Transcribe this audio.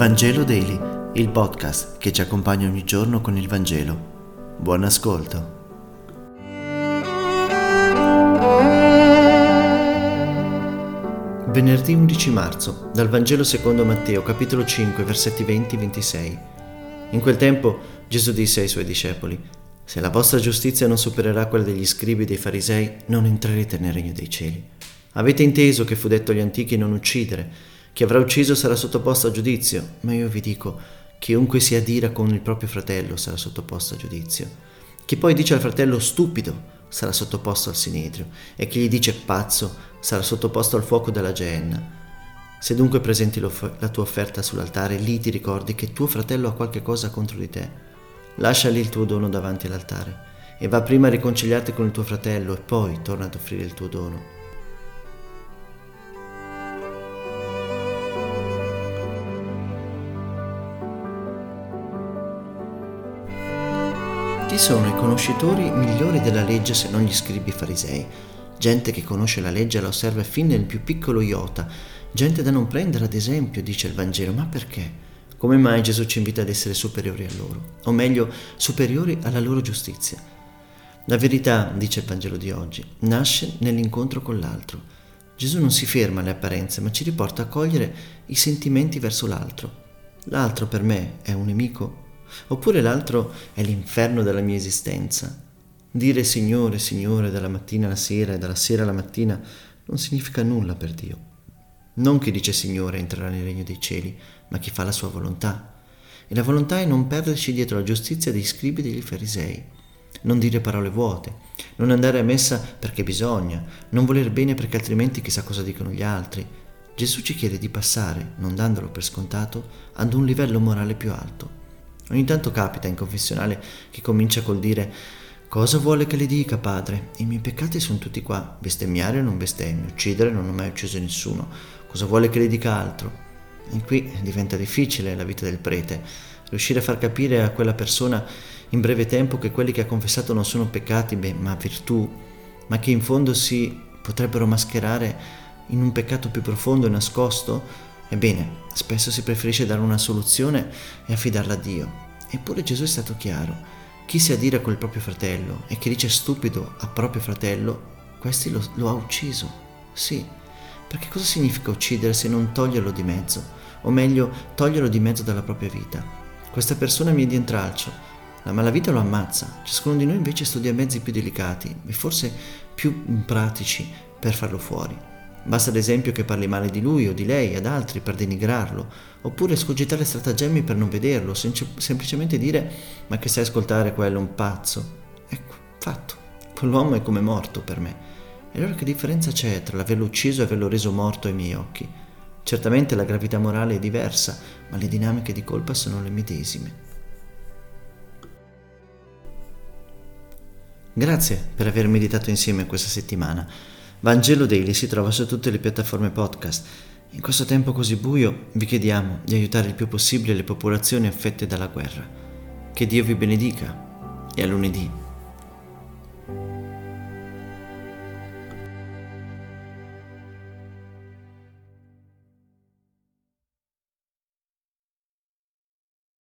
Vangelo Daily, il podcast che ci accompagna ogni giorno con il Vangelo. Buon ascolto. Venerdì 11 marzo, dal Vangelo secondo Matteo, capitolo 5, versetti 20-26. In quel tempo Gesù disse ai suoi discepoli: «Se la vostra giustizia non supererà quella degli scribi e dei farisei, non entrerete nel regno dei cieli. Avete inteso che fu detto agli antichi non uccidere. Chi avrà ucciso sarà sottoposto a giudizio, ma io vi dico, chiunque si adira con il proprio fratello sarà sottoposto a giudizio. Chi poi dice al fratello stupido sarà sottoposto al sinedrio, e chi gli dice pazzo sarà sottoposto al fuoco della Geenna. Se dunque presenti la tua offerta sull'altare, lì ti ricordi che tuo fratello ha qualche cosa contro di te. Lascia lì il tuo dono davanti all'altare, e va prima a riconciliarti con il tuo fratello, e poi torna ad offrire il tuo dono». Chi sono i conoscitori migliori della legge se non gli scribi farisei? Gente che conosce la legge e la osserva fin nel più piccolo iota, gente da non prendere ad esempio, dice il Vangelo. Ma perché? Come mai Gesù ci invita ad essere superiori a loro? O meglio, superiori alla loro giustizia? La verità, dice il Vangelo di oggi, nasce nell'incontro con l'altro. Gesù non si ferma alle apparenze, ma ci riporta a cogliere i sentimenti verso l'altro. L'altro per me è un nemico? Oppure l'altro è l'inferno della mia esistenza? Dire Signore, Signore dalla mattina alla sera e dalla sera alla mattina non significa nulla per Dio. Non chi dice Signore entrerà nel regno dei cieli, ma chi fa la sua volontà. E la volontà è non perderci dietro la giustizia dei scribi e degli farisei, non dire parole vuote, non andare a messa perché bisogna, non voler bene perché altrimenti chissà cosa dicono gli altri. Gesù ci chiede di passare, non dandolo per scontato, ad un livello morale più alto. Ogni tanto capita in confessionale che comincia col dire: «Cosa vuole che le dica, padre? I miei peccati sono tutti qua. Bestemmiare o non bestemmi, uccidere non ho mai ucciso nessuno. Cosa vuole che le dica altro?» E qui diventa difficile la vita del prete, riuscire a far capire a quella persona in breve tempo che quelli che ha confessato non sono peccati, ma virtù, ma che in fondo si potrebbero mascherare in un peccato più profondo e nascosto. Ebbene, spesso si preferisce dare una soluzione e affidarla a Dio. Eppure Gesù è stato chiaro: chi si adira col proprio fratello e chi dice stupido a proprio fratello, questi lo ha ucciso. Sì, perché cosa significa uccidere se non toglierlo di mezzo? O meglio, toglierlo di mezzo dalla propria vita. Questa persona mi è di intralcio, la malavita lo ammazza. Ciascuno di noi invece studia mezzi più delicati e forse più pratici per farlo fuori. Basta ad esempio che parli male di lui o di lei ad altri per denigrarlo, oppure escogitare stratagemmi per non vederlo, semplicemente dire: «Ma che sai ascoltare quello, un pazzo?» Ecco, fatto. Quell'uomo è come morto per me. E allora che differenza c'è tra l'averlo ucciso e averlo reso morto ai miei occhi? Certamente la gravità morale è diversa, ma le dinamiche di colpa sono le medesime. Grazie per aver meditato insieme questa settimana. Vangelo Daily si trova su tutte le piattaforme podcast. In questo tempo così buio vi chiediamo di aiutare il più possibile le popolazioni affette dalla guerra. Che Dio vi benedica e a lunedì.